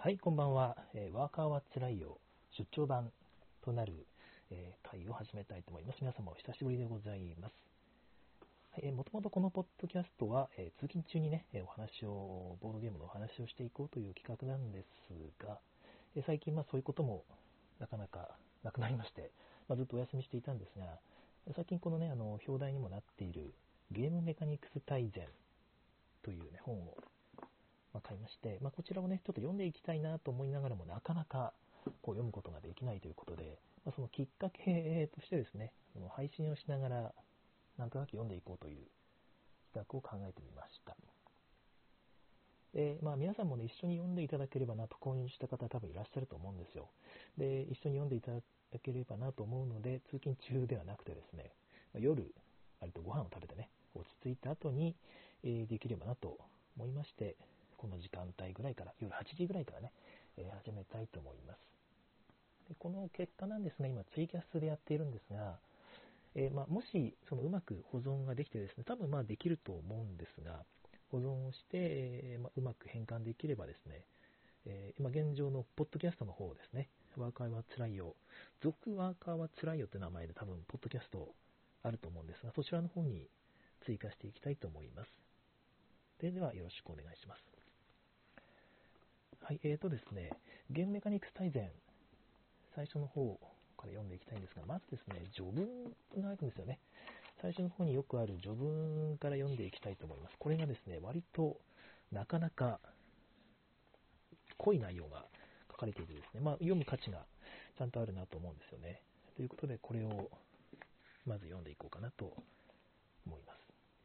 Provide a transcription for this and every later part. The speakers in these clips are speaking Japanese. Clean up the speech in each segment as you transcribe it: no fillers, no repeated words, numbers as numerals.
はい、こんばんは。ワーカーはつらいよ出張版となる、会を始めたいと思います。皆様お久しぶりでございます。はい、もともとこのポッドキャストは、通勤中にね、ボードゲームのお話をしていこうという企画なんですが、最近そういうこともなかなかなくなりまして、ずっとお休みしていたんですが、最近このね、表題にもなっているゲームメカニクス大全というね、本を買いまして、こちらをね、ちょっと読んでいきたいなと思いながらも、なかなかこう読むことができないということで、そのきっかけとしてですね、配信をしながら、なんとなく読んでいこうという企画を考えてみました。で、皆さんもね、一緒に読んでいただければなと、購入した方多分いらっしゃると思うんですよ。で、一緒に読んでいただければなと思うので、通勤中ではなくてですね、夜、割とご飯を食べてね、落ち着いた後に、できればなと思いまして、この時間帯ぐらいから、夜8時ぐらいからね、始めたいと思います。でこの結果なんですが、今ツイキャスでやっているんですが、もしうまく保存ができてですね、多分できると思うんですが、保存をして、うまく変換できればですね、今現状のポッドキャストの方ですね、ワーカーはつらいよ、続ワーカーはつらいよという名前で多分ポッドキャストあると思うんですが、そちらの方に追加していきたいと思います。ではよろしくお願いします。はい、ですね、ゲームメカニクス大全、最初の方から読んでいきたいんですが、まずですね、序文があるんですよね。最初の方によくある序文から読んでいきたいと思います。これがですね、割となかなか濃い内容が書かれていてですね、読む価値がちゃんとあるなと思うんですよね。ということで、これをまず読んでいこうかなと思います。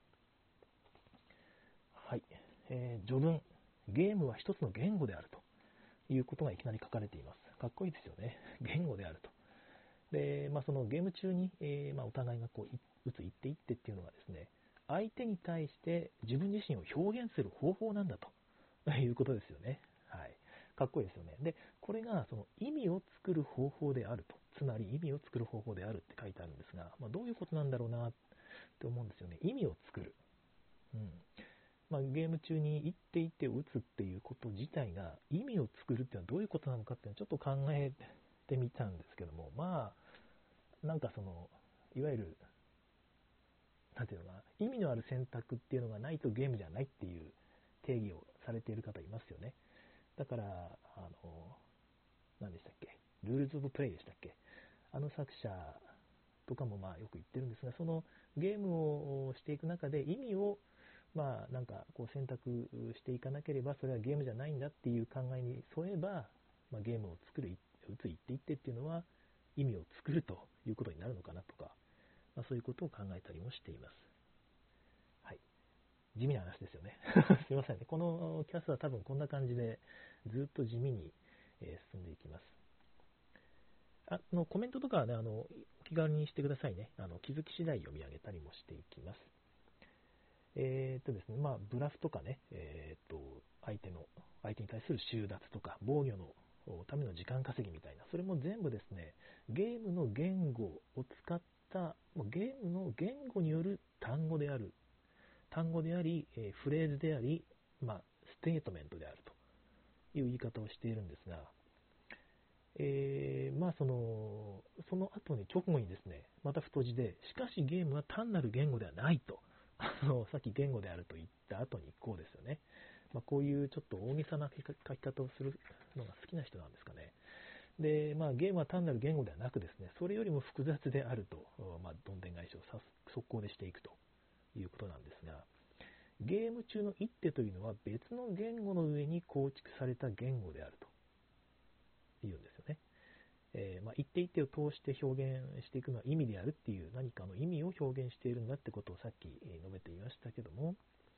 はい、序文、ゲームは一つの言語であるということがいきなり書かれています。かっこいいですよね。言語であると。で、そのゲーム中に、お互いが打つ一手一手っていうのがですね、相手に対して自分自身を表現する方法なんだということですよね。はい。かっこいいですよね。で、これがその意味を作る方法であると。つまり意味を作る方法であるって書いてあるんですが、どういうことなんだろうなって思うんですよね。意味を作る。ゲーム中に一手一手を打つっていうこと自体が意味を作るっていうのはどういうことなのかっていうのをちょっと考えてみたんですけども、なんかいわゆる、なんていうのかな、意味のある選択っていうのがないとゲームじゃないっていう定義をされている方いますよね。だから、何でしたっけ、ルールズ・オブ・プレイでしたっけ、あの作者とかもよく言ってるんですが、そのゲームをしていく中で意味をなんか選択していかなければそれはゲームじゃないんだっていう考えに沿えば、ゲームを作る、打つ一手一手っていうのは意味を作るということになるのかなとか、そういうことを考えたりもしています。はい。地味な話ですよね。すいませんね。このキャスは多分こんな感じでずっと地味に進んでいきます。コメントとかはね、お気軽にしてくださいね。気づき次第読み上げたりもしていきます。ですね、ブラフとかね、相手に対する収奪とか防御のための時間稼ぎみたいな、それも全部ですね、ゲームの言語を使ったゲームの言語による単語であり、フレーズであり、ステートメントであるという言い方をしているんですが、その後に直後にですね、また太字で、しかしゲームは単なる言語ではないと。さっき言語であると言った後にこうですよね。こういうちょっと大げさな書き方をするのが好きな人なんですかね。で、ゲームは単なる言語ではなくですね、それよりも複雑であると、どんでん返しを速攻でしていくということなんですが、ゲーム中の一手というのは別の言語の上に構築された言語であるというんですよね。一手一手を通して表現していくのは意味であるっていう何かの意味を表現しているんだってことをさっき述べていましたけども、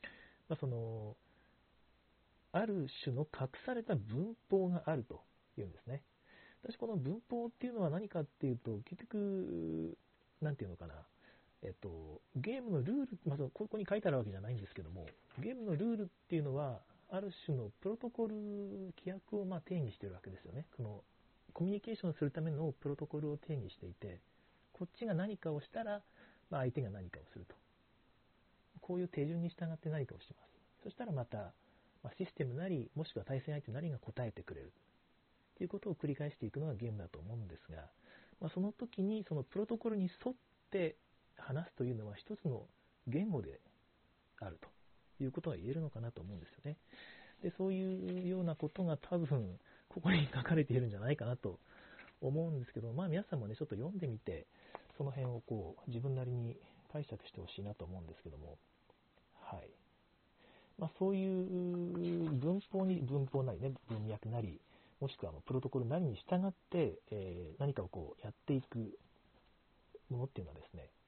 ある種の隠された文法があるというんですね。私この文法っていうのは何かっていうと、結局、なんていうのかな、ゲームのルール、ここに書いてあるわけじゃないんですけども、ゲームのルールっていうのは、ある種のプロトコル、規約を定義しているわけですよね。そのコミュニケーションするためのプロトコルを定義していて、こっちが何かをしたら、相手が何かをすると。こういう手順に従って何かをします。そしたらまた、 システムなり、もしくは対戦相手なりが答えてくれるということを繰り返していくのがゲームだと思うんですが、その時にそのプロトコルに沿って話すというのは一つの言語であるということが言えるのかなと思うんですよね。で、そういうようなことが多分ここに書かれているんじゃないかなと思うんですけど、皆さんもねちょっと読んでみて、その辺を自分なりに解釈してほしいなと思うんですけども、はい。そういう文法なりね、文脈なり、もしくはプロトコルなりに従って、何かをやっていくものっていうのはですね、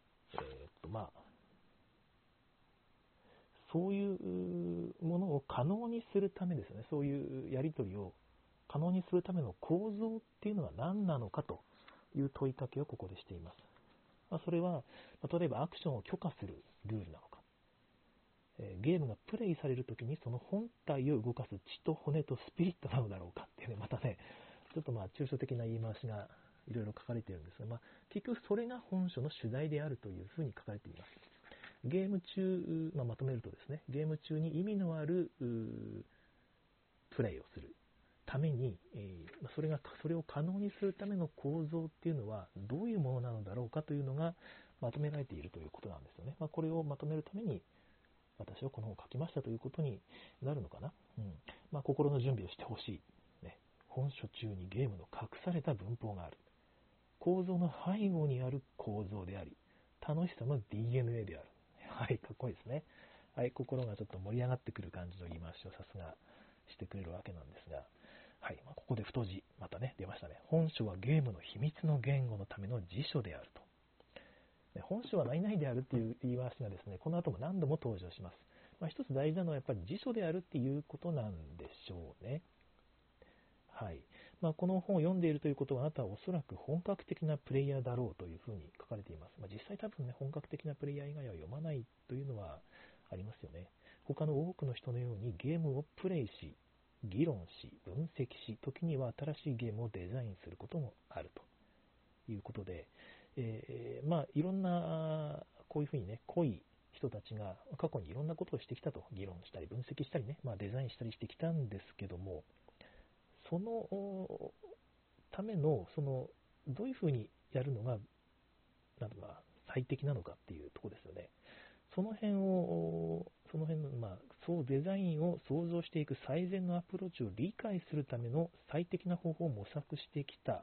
そういうものを可能にするためですね、そういうやり取りを可能にするための構造っていうのは何なのかという問いかけをここでしています。それは、例えばアクションを許可するルールなのか、ゲームがプレイされるときにその本体を動かす血と骨とスピリットなのだろうかっていうね、またね、ちょっと抽象的な言い回しがいろいろ書かれているんですが、結局それが本書の主題であるというふうに書かれています。ゲーム中、まとめるとですね、ゲーム中に意味のあるプレイをするために、それを可能にするための構造っていうのはどういうものなのだろうかというのがまとめられているということなんですよね。これをまとめるために私はこの本を書きましたということになるのかな。心の準備をしてほしい、ね。本書中にゲームの隠された文法がある。構造の背後にある構造であり、楽しさの DNA である。はい、かっこいいですね。はい、心がちょっと盛り上がってくる感じの言い回しをさすがしてくれるわけなんですが、はい、ここで太字、またね、出ましたね。本書はゲームの秘密の言語のための辞書であると。本書は何々であるっていう言い回しがですね、この後も何度も登場します。一つ大事なのはやっぱり辞書であるっていうことなんでしょうね。はい。この本を読んでいるということは、あなたはおそらく本格的なプレイヤーだろうというふうに書かれています。実際多分ね、本格的なプレイヤー以外は読まないというのはありますよね。他の多くの人のようにゲームをプレイし、議論し、分析し、時には新しいゲームをデザインすることもあるということで、いろんなこういうふうにね、濃い人たちが過去にいろんなことをしてきたと、議論したり分析したりね、デザインしたりしてきたんですけども、そのためのどういうふうにやるのが最適なのかっていうところですよね。その辺の、そうデザインを想像していく最善のアプローチを理解するための最適な方法を模索してきた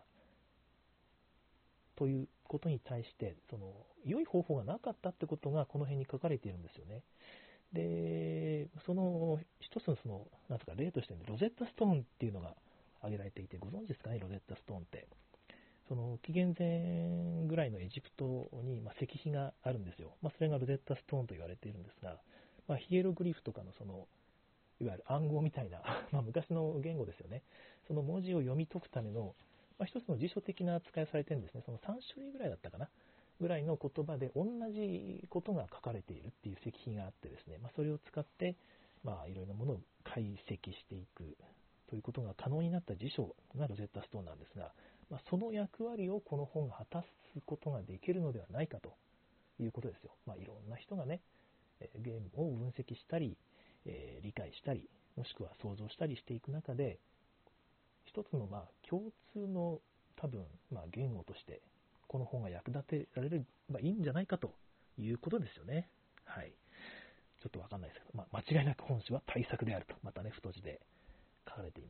ということに対して、良い方法がなかったってことがこの辺に書かれているんですよね。で、その一つの例として、ロゼッタストーンっていうのが挙げられていて、ご存知ですかね、ロゼッタストーンって。紀元前ぐらいのエジプトに、石碑があるんですよ。それがロゼッタストーンと言われているんですが、ヒエログリフとかのいわゆる暗号みたいな昔の言語ですよね。その文字を読み解くための、一つの辞書的な扱いをされてるんですね。その3種類ぐらいだったかな。ぐらいの言葉で同じことが書かれているっていう石碑があってですね、それを使って、いろいろなものを解析していくということが可能になった辞書がロゼッタストーンなんですが、その役割をこの本が果たすことができるのではないかということですよ。いろんな人がね、ゲームを分析したり、理解したり、もしくは想像したりしていく中で、一つの共通の多分言語としてこの本が役立てられればいいんじゃないかということですよね。はい。ちょっとわかんないですけど、間違いなく本書は大作であると、またね、太字で書かれています。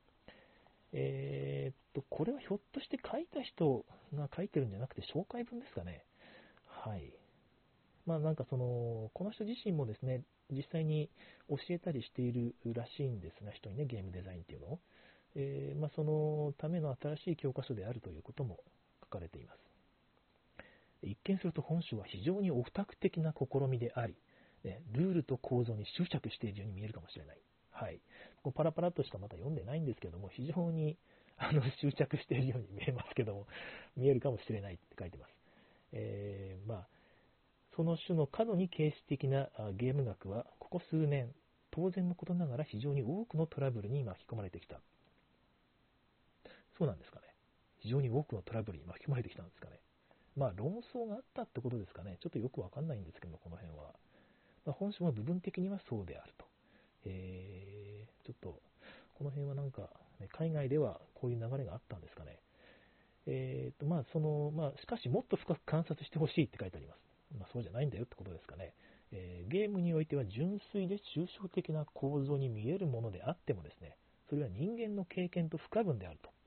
これはひょっとして書いた人が書いてるんじゃなくて紹介文ですかね。はい。この人自身もですね、実際に教えたりしているらしいんですが、人にね、ゲームデザインっていうのを。そのための新しい教科書であるということも書かれています。一見すると本書は非常にオタク的な試みであり、ルールと構造に執着しているように見えるかもしれない。はい。パラパラとしかまだ読んでないんですけども、非常に執着しているように見えますけども、見えるかもしれないって書いてます。その種の過度に形式的なゲーム学は、ここ数年、当然のことながら非常に多くのトラブルに巻き込まれてきた。そうなんですかね。非常に多くのトラブルに巻き込まれてきたんですかね。論争があったってことですかね。ちょっとよくわかんないんですけど、この辺は。本書も部分的にはそうであると。 ちょっと、この辺はなんか、ね、海外ではこういう流れがあったんですかね。しかしもっと深く観察してほしいって書いてあります。そうじゃないんだよってことですかね。ゲームにおいては純粋で抽象的な構造に見えるものであってもですね、それは人間の経験と不可分であると。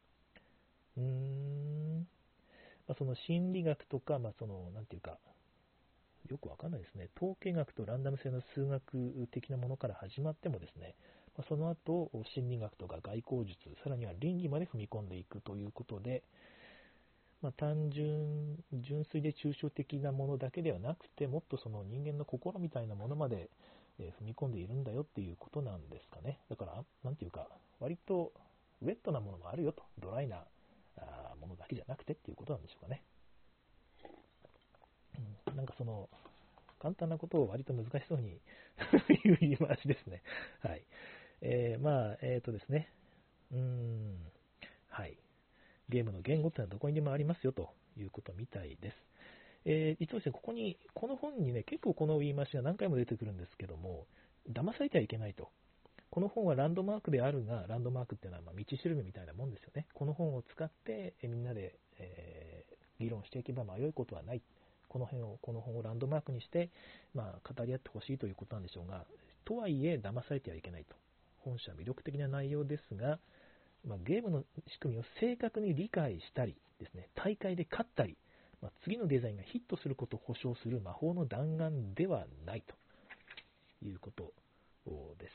その心理学とか、なんていうか、よくわかんないですね。統計学とランダム性の数学的なものから始まってもですね、その後、心理学とか外交術、さらには倫理まで踏み込んでいくということで、純粋で抽象的なものだけではなくて、もっとその人間の心みたいなものまで踏み込んでいるんだよっていうことなんですかね。だから、なんていうか、割とウェットなものもあるよと、ドライなものだけじゃなくてっていうことなんでしょうかね。なんかその、簡単なことを割と難しそうに言う言い回しですね。はい。ですね。はい。ゲームの言語ってのはどこにでもありますよということみたいです。実はですね、この本にね、結構この言い回しが何回も出てくるんですけども、騙されてはいけないと。この本はランドマークであるが、ランドマークっていうのは道しるべみたいなもんですよね。この本を使ってみんなで、議論していけば迷いことはない。この本をランドマークにして、語り合ってほしいということなんでしょうが、とはいえ騙されてはいけないと。本書は魅力的な内容ですが、ゲームの仕組みを正確に理解したりですね、大会で勝ったり、次のデザインがヒットすることを保証する魔法の弾丸ではないということです。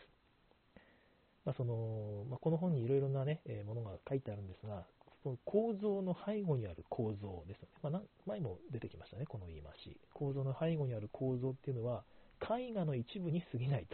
この本にいろいろな、ね、ものが書いてあるんですが、その構造の背後にある構造ですよね。前も出てきましたね、この言い回し。構造の背後にある構造っていうのは、絵画の一部に過ぎないと。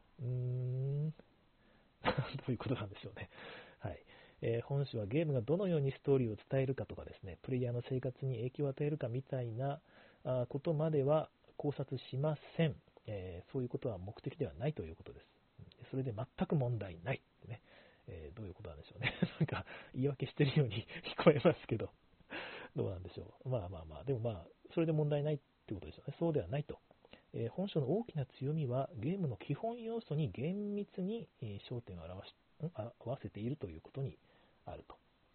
どういうことなんでしょうね。はい。本書はゲームがどのようにストーリーを伝えるかとかですね、プレイヤーの生活に影響を与えるかみたいなことまでは考察しません。そういうことは目的ではないということです。それで全く問題ないってね。どういうことなんでしょうね。なんか言い訳してるように聞こえますけど、どうなんでしょう。でもそれで問題ないってことですよね。そうではないと。本書の大きな強みはゲームの基本要素に厳密に焦点を合わせているということにあると。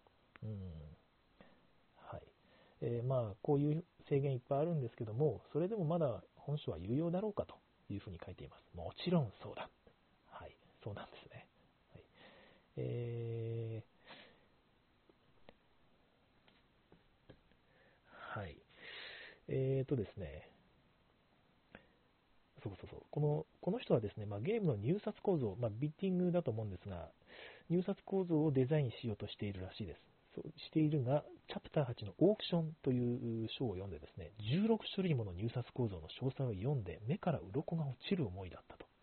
はい。こういう制限いっぱいあるんですけども、それでもまだ本書は有用だろうかというふうに書いています。もちろんそうだ。はい、そうなんですね。はい。はい。ですね、この人はですね、ゲームの入札構造、ビッティングだと思うんですが、入札構造をデザインしようとしているらしいです。そうしているが、チャプター8のオークションという章を読んでですね、16種類もの入札構造の詳細を読んで、目から鱗が落ちる思いだったと。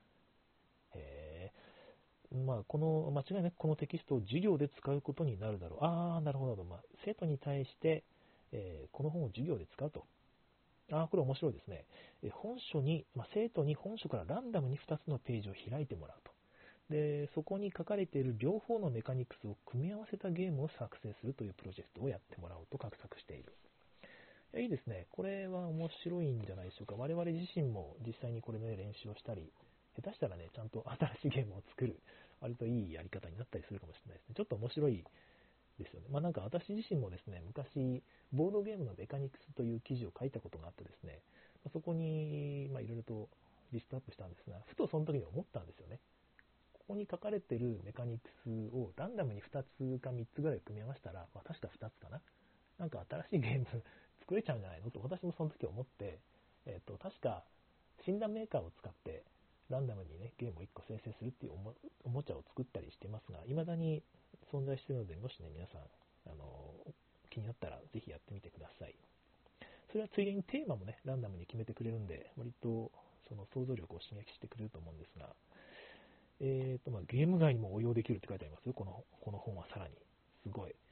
間違いなくこのテキストを授業で使うことになるだろう。なるほど。生徒に対して、この本を授業で使うと。これ面白いですね。生徒に本書からランダムに2つのページを開いてもらうと。で、そこに書かれている両方のメカニクスを組み合わせたゲームを作成するというプロジェクトをやってもらおうと画策している。いいですね。これは面白いんじゃないでしょうか。我々自身も実際にこれで練習をしたり、下手したらね、ちゃんと新しいゲームを作る、割といいやり方になったりするかもしれないですね。ちょっと面白いですよね。なんか私自身もですね、昔、ボードゲームのメカニクスという記事を書いたことがあってですね、そこにいろいろとリストアップしたんですが、ふとその時に思ったんですよね。ここに書かれているメカニクスをランダムに2つか3つぐらい組み合わせたら、確か2つかな。なんか新しいゲーム作れちゃうんじゃないのと私もその時思って、確か診断メーカーを使ってランダムにね、ゲームを1個生成するっていうおもちゃを作ったりしてますが、未だに存在しているので、もしね、皆さん、気になったらぜひやってみてください。それはついでにテーマもね、ランダムに決めてくれるんで、割とその想像力を刺激してくれると思うんですが、ゲーム外にも応用できるって書いてありますよ、この本はさらに。すごい。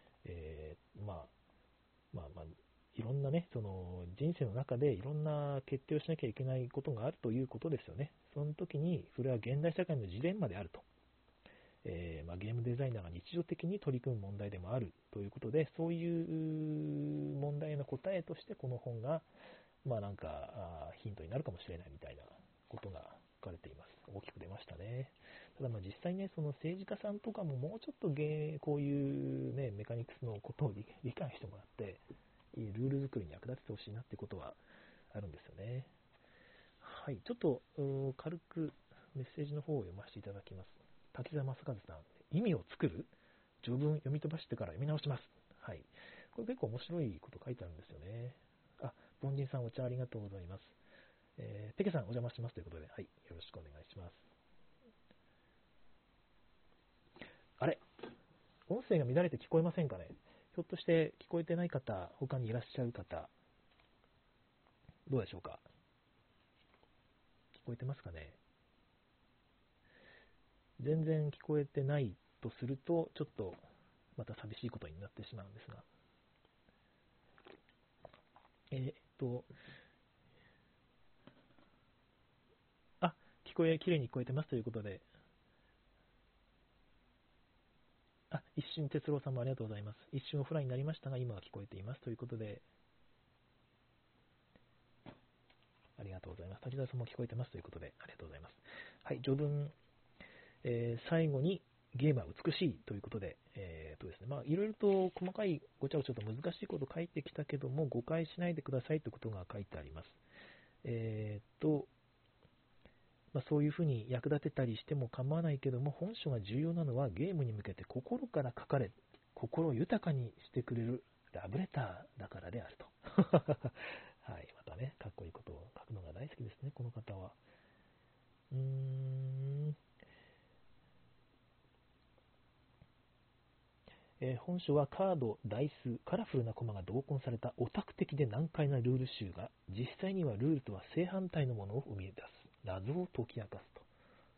いろんなね、その人生の中でいろんな決定をしなきゃいけないことがあるということですよね。その時に、それは現代社会のジレンマであると。ゲームデザイナーが日常的に取り組む問題でもあるということで、そういう問題の答えとしてこの本が、ヒントになるかもしれないみたいなことが書かれています。 大きく出ましたね。ただ実際ね、その政治家さんとかももうちょっとこういうね、メカニクスのことを理解してもらって、ルール作りに役立ててほしいなってことはあるんですよね。はい、ちょっと軽くメッセージの方を読ませていただきます。滝沢正和さん、意味を作る序文読み飛ばしてから読み直します。はい。これ結構面白いこと書いてあるんですよね。あ、凡人さんお茶ありがとうございます。ペケさんお邪魔しますということで、はい、よろしくお願いします。あれ音声が乱れて聞こえませんかね。ひょっとして聞こえてない方、他にいらっしゃる方、どうでしょうか。聞こえてますかね。全然聞こえてないとすると、ちょっとまた寂しいことになってしまうんですが。あ、きれいに聞こえてますということで、一瞬哲郎さんもありがとうございます。一瞬オフラインになりましたが、今は聞こえていますということで、ありがとうございます。滝沢さんも聞こえてますということで、ありがとうございます。はい、序文、最後にゲームは美しいということで、ですね、いろいろと細かいごちゃごちゃと難しいこと書いてきたけども、誤解しないでくださいということが書いてあります。そういうふうに役立てたりしても構わないけども、本書が重要なのはゲームに向けて心から書かれ、心を豊かにしてくれるラブレターだからであると。はい、またね、かっこいいことを書くのが大好きですね、この方は。本書はカード、ダイス、カラフルなコマが同梱されたオタク的で難解なルール集が、実際にはルールとは正反対のものを生み出す。謎を解き明かすと。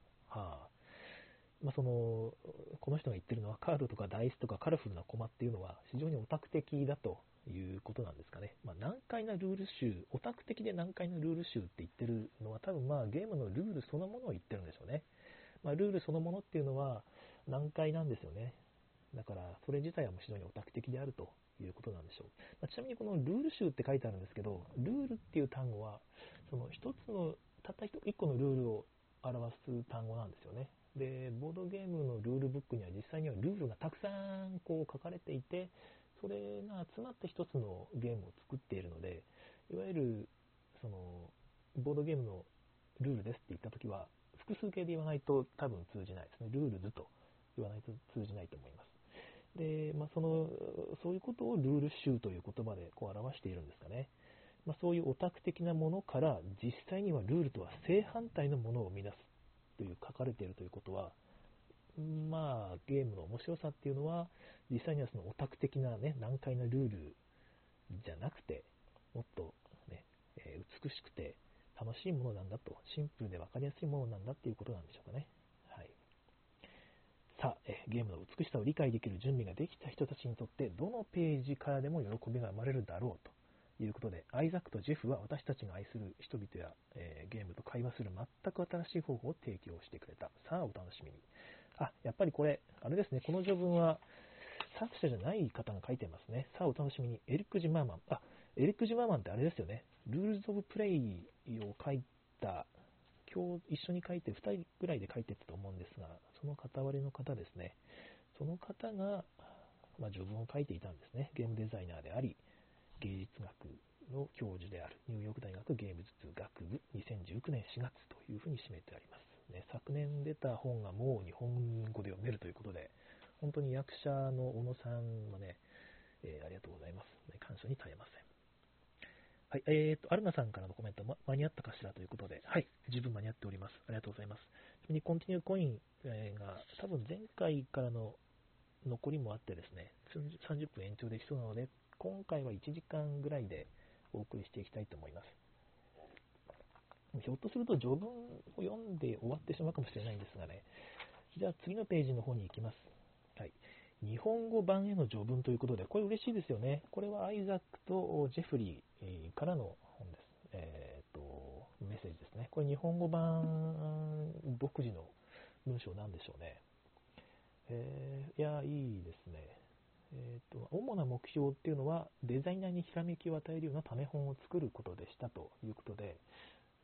この人が言ってるのはカードとかダイスとかカラフルなコマっていうのは非常にオタク的だということなんですかね。難解なルール集、オタク的で難解なルール集って言ってるのは多分ゲームのルールそのものを言ってるんでしょうね。ルールそのものっていうのは難解なんですよね。だからそれ自体はもう非常にオタク的であるということなんでしょう。ちなみにこのルール集って書いてあるんですけど、ルールっていう単語はその一つのたった一個のルールを表す単語なんですよね。で、ボードゲームのルールブックには実際にはルールがたくさんこう書かれていて、それが集まって一つのゲームを作っているので、いわゆるそのボードゲームのルールですって言ったときは、複数形で言わないと多分通じないですね。ルールズと言わないと通じないと思います。で、そういうことをルール集という言葉でこう表しているんですかね。そういうオタク的なものから実際にはルールとは正反対のものを生み出すという書かれているということは、ゲームの面白さっていうのは実際にはそのオタク的なね、難解なルールじゃなくて、もっとね、美しくて楽しいものなんだと、シンプルで分かりやすいものなんだっていうことなんでしょうかね。はい。さあ、ゲームの美しさを理解できる準備ができた人たちにとってどのページからでも喜びが生まれるだろうということで、アイザックとジェフは私たちが愛する人々や、ゲームと会話する全く新しい方法を提供してくれた。さあお楽しみに。やっぱりこれ、あれですね、この序文は作者じゃない方が書いてますね。さあお楽しみに。エリック・ジマーマン。エリック・ジマーマンってあれですよね。ルールズ・オブ・プレイを書いた、今日一緒に書いて、2人ぐらいで書いてたと思うんですが、その片割れの方ですね。その方が、序文を書いていたんですね。ゲームデザイナーであり、芸術学の教授であるニューヨーク大学ゲーム術学部2019年4月というふうに締めてあります、ね。昨年出た本がもう日本語で読めるということで、本当に役者の小野さんはね、ありがとうございます。感謝に耐えません。はい、アルナさんからのコメント、間に合ったかしらということで、はい、十分間に合っております。ありがとうございます。ちなみにコンティニューコインが多分前回からの残りもあってですね、30分延長できそうなので、今回は1時間ぐらいでお送りしていきたいと思います。ひょっとすると序文を読んで終わってしまうかもしれないんですがね、じゃあ次のページの方に行きます。はい。日本語版への序文ということで、これ嬉しいですよね。これはアイザックとジェフリーからの本です。メッセージですね。これ日本語版独自の文章なんでしょうね。いや、いいですね。主な目標っていうのは、デザイナーにひらめきを与えるようなため本を作ることでしたということで、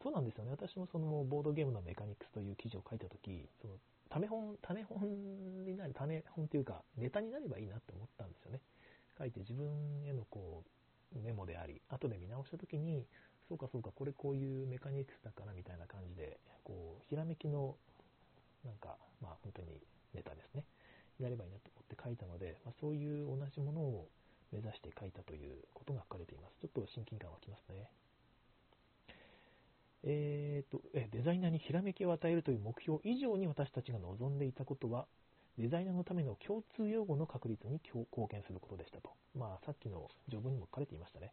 そうなんですよね。私もそのボードゲームのメカニクスという記事を書いたとき、その種本になる、種本というか、ネタになればいいなって思ったんですよね。書いて自分へのこうメモであり、後で見直したときに、そうかそうか、これこういうメカニクスだからみたいな感じで、こう、ひらめきの、なんか、まあ本当にネタですね。やればいいなと思って書いたので、まあ、そういう同じものを目指して書いたということが書かれています。ちょっと親近感湧きますね。デザイナーにひらめきを与えるという目標以上に私たちが望んでいたことは、デザイナーのための共通用語の確立に貢献することでしたと。まあ、さっきの序文にも書かれていましたね。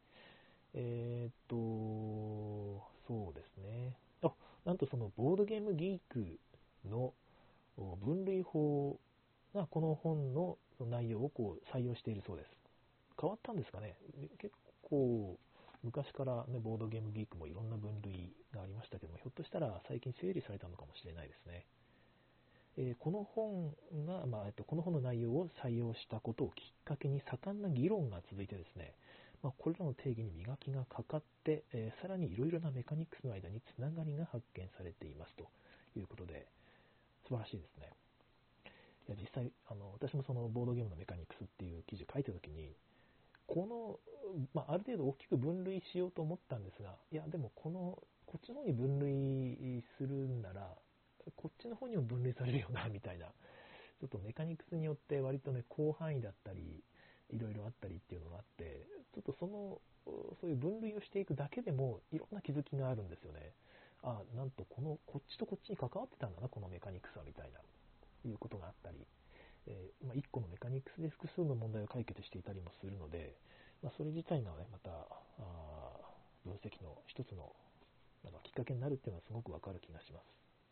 そうですね。なんとそのボードゲームギークの分類法がこの本の内容をこう採用しているそうです。変わったんですかね。結構昔から、ね、ボードゲームギークもいろんな分類がありましたけども、ひょっとしたら最近整理されたのかもしれないですね。この本が、この本の内容を採用したことをきっかけに盛んな議論が続いてですね、これらの定義に磨きがかかって、さらにいろいろなメカニクスの間につながりが発見されていますということで、素晴らしいですね。いや実際私もそのボードゲームのメカニクスっていう記事を書いたときに、この、ある程度大きく分類しようと思ったんですが、いや、でもこっちの方に分類するんなら、こっちの方にも分類されるよな、みたいな、ちょっとメカニクスによって割とね、広範囲だったり、いろいろあったりっていうのがあって、ちょっとそういう分類をしていくだけでも、いろんな気づきがあるんですよね。なんとこっちとこっちに関わってたんだな、このメカニクスは、みたいな、いうことがあったり、1個のメカニクスで複数の問題を解決していたりもするので、それ自体がね、また分析の一つのきっかけになるっていうのはすごくわかる気がします。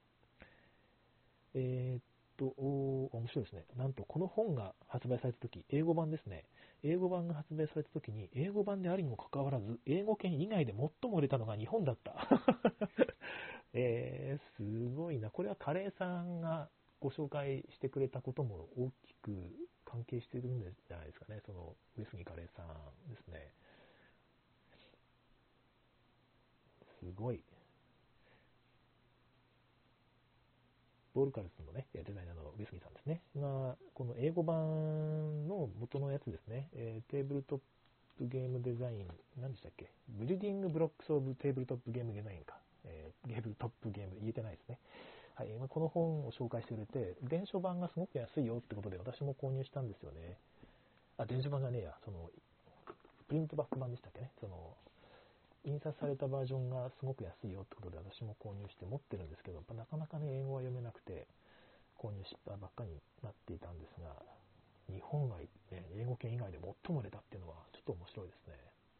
面白いですね。なんとこの本が発売されたとき、英語版ですね。英語版が発売されたときに、英語版であるにもかかわらず、英語圏以外で最も売れたのが日本だった。すごいな。これはカレーさんがご紹介してくれたことも大きく関係しているんじゃないですかね。その上杉カレーさんですね。すごい。ボールカルスのね、デザイナーの上杉さんですね。が、この英語版の元のやつですね。テーブルトップゲームデザイン、何でしたっけ？ビルディングブロックスオブテーブルトップゲームデザインか。テーブルトップゲーム、言えてないですね。はい、この本を紹介してくれて、電書版がすごく安いよってことで私も購入したんですよね。電子版がねえや、プリントバック版でしたっけね。印刷されたバージョンがすごく安いよってことで私も購入して持ってるんですけど、なかなかね、英語は読めなくて、購入したばっかりになっていたんですが、日本外、ね、英語圏以外で最も売れたっていうのはちょっと面白いですね。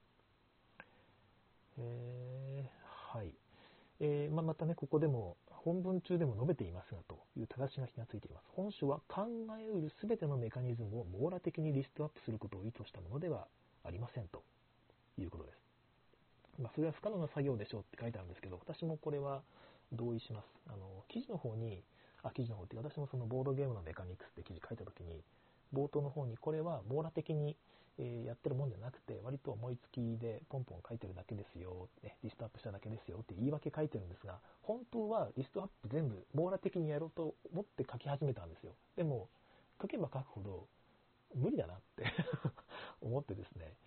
はい。またね、ここでも本文中でも述べていますがという正し書きがついています。本書は考えうるすべてのメカニズムを網羅的にリストアップすることを意図したものではありませんということです。それは不可能な作業でしょうって書いてあるんですけど、私もこれは同意します。記事の方に、記事の方って私もそのボードゲームのメカニクスって記事書いたときに、冒頭の方にこれは網羅的にやってるもんじゃなくて、割と思いつきでポンポン書いてるだけですよ、リストアップしただけですよって言い訳書いてるんですが、本当はリストアップ全部網羅的にやろうと思って書き始めたんですよ。でも、書けば書くほど無理だなって思ってですね、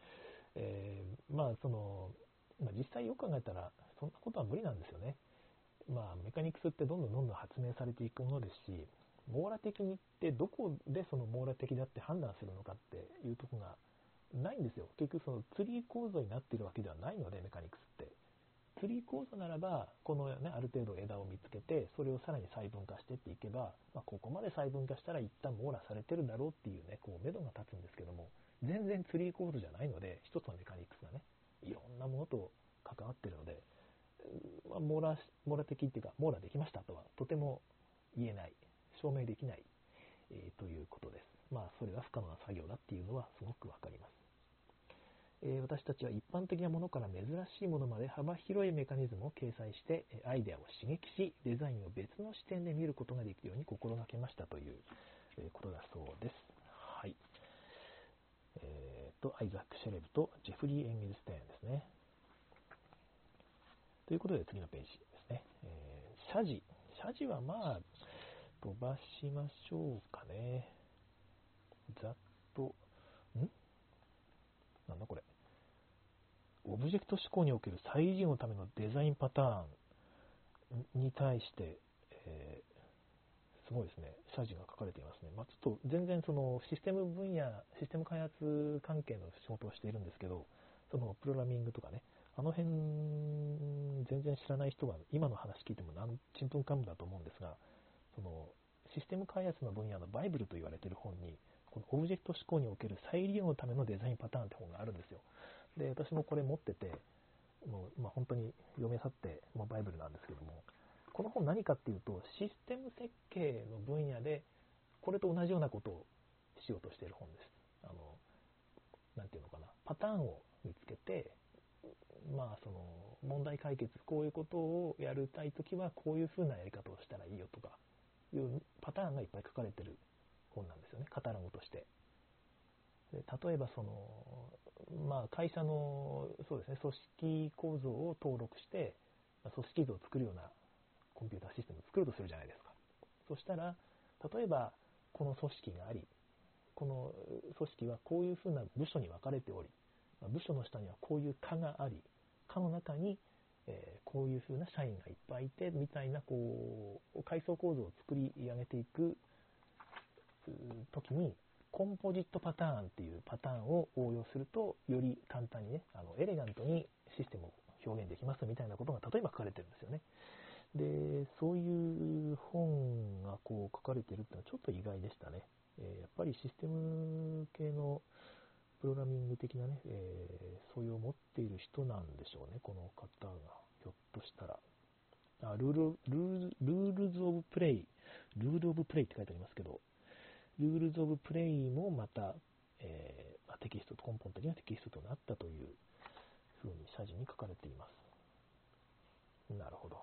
実際よく考えたら、そんなことは無理なんですよね。メカニクスってどんどん発明されていくものですし、網羅的にってどこでその網羅的だって判断するのかっていうところがないんですよ。結局そのツリー構造になっているわけではないので、メカニクスって。ツリー構造ならば、このね、ある程度枝を見つけて、それをさらに細分化していっていけば、ここまで細分化したら一旦網羅されてるだろうっていうね、目処が立つんですけども、全然ツリー構造じゃないので、一つのメカニクスがね、いろんなものと関わってるので、網羅的っていうか、網羅できましたとはとても言えない、証明できない、ということです。それが不可能な作業だっていうのはすごくわかります。私たちは一般的なものから珍しいものまで幅広いメカニズムを掲載してアイデアを刺激し、デザインを別の視点で見ることができるように心がけましたということだそうです。はい。アイザック・シェレブとジェフリー・エンゲルステインですね。 ということで次のページですね。謝辞。謝辞はまあ、飛ばしましょうかね。ざっと、なんだこれ。オブジェクト思考における再利用のためのデザインパターンに対して、すごいですね、謝辞が書かれていますね。ちょっと全然そのシステム分野、システム開発関係の仕事をしているんですけど、そのプログラミングとかね、あの辺全然知らない人が今の話聞いてもちんぷんかんぷんだと思うんですが、そのシステム開発の分野のバイブルと言われている本に、このオブジェクト思考における再利用のためのデザインパターンって本があるんですよ。で、私もこれ持ってて、もう本当に読め去って、バイブルなんですけども、この本何かっていうと、システム設計の分野でこれと同じようなことをしようとしている本です。なんていうのかな、パターンを見つけて、その問題解決、こういうことをやりたいときはこういうふうなやり方をしたらいいよとかいうパターンがいっぱい書かれている本なんですよね、カタログとして。で例えばその、会社のそうですね、組織構造を登録して、組織図を作るようなコンピューターシステムを作るとするじゃないですか。そしたら、例えばこの組織があり、この組織はこういうふうな部署に分かれており、部署の下にはこういう課があり、課の中に、こういうふうな社員がいっぱいいてみたいな階層構造を作り上げていくときに、コンポジットパターンっていうパターンを応用すると、より簡単にね、エレガントにシステムを表現できますみたいなことが例えば書かれてるんですよね。で、そういう本が書かれてるっていうのはちょっと意外でしたね。やっぱりシステム系のプログラミング的なね、素養を持っている人なんでしょうね、この方が。ひょっとしたら。ルールズ・オブ・プレイ、ルール・オブ・プレイって書いてありますけど、ルールズ・オブ・プレイもまた、テキスト、根本的なテキストとなったというふうに謝辞に書かれています。なるほど。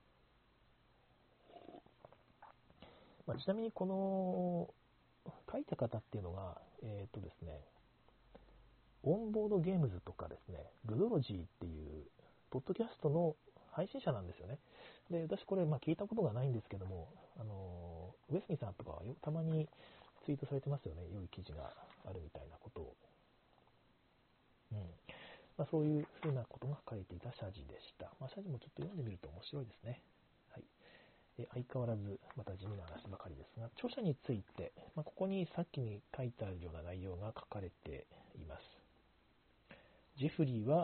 ちなみにこの書いた方っていうのが、ですね、オンボードゲームズとかですね、ルドロジーっていうポッドキャストの配信者なんですよね。で、私これ聞いたことがないんですけども、上杉さんとかはたまにツイートされてますよね。良い記事があるみたいなことを。そういうふうなことが書いていた謝辞でした。謝辞もちょっと読んでみると面白いですね。はい。相変わらずまた地味な話ばかりですが、著者について、ここにさっきに書いてあるような内容が書かれています。ジェフリーは、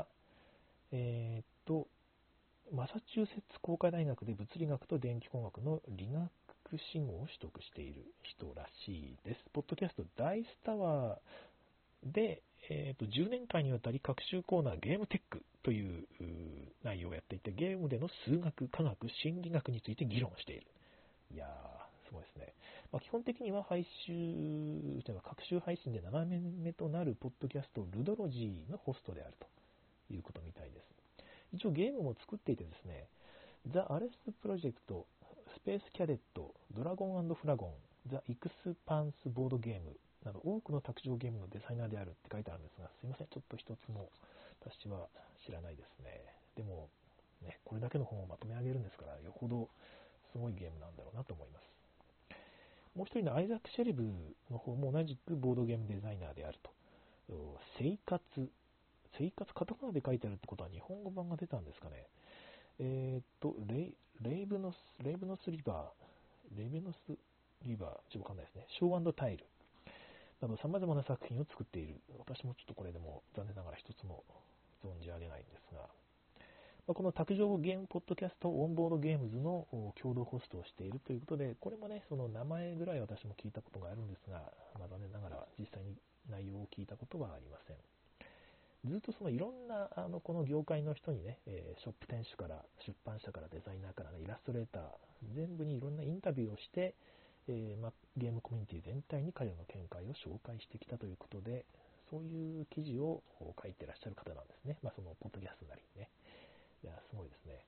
マサチューセッツ工科大学で物理学と電気工学の理学士号を取得している人らしいです。ポッドキャストダイスタワーで、10年間にわたり学習コーナーゲームテックという内容をやっていて、ゲームでの数学、科学、心理学について議論している。いやー、すごいですね。基本的には学習配信で7年目となるポッドキャストルドロジーのホストであるということみたいです。一応ゲームも作っていてですね、The Arrest Project、Space Cadet、Dragon & Flagon、The Expanse ボードゲームなど多くの卓上ゲームのデザイナーであるって書いてあるんですが、すいません、ちょっと一つも私は知らないですね。でも、ね、これだけの本をまとめ上げるんですから、よほどすごいゲームなんだろうなと思います。もう一人のアイザック・シェリブの方も同じくボードゲームデザイナーであると。生活カタカナで書いてあるってことは日本語版が出たんですかね。レイブノスリバー、ちょっとわかんないですね。ショー&タイルなど様々な作品を作っている。私もちょっとこれでも残念ながら一つも存じ上げないんですが、この卓上ゲームポッドキャストオンボードゲームズの共同ホストをしているということで、これもね、その名前ぐらい私も聞いたことがあるんですが、残念ながら実際に内容を聞いたことはありません。ずっとそのいろんなこの業界の人にね、ショップ店主から出版社からデザイナーからね、イラストレーター全部にいろんなインタビューをして、ゲームコミュニティ全体に彼らの見解を紹介してきたということで、そういう記事を書いてらっしゃる方なんですね。そのポッドキャストなりにね。いや、すごいですね。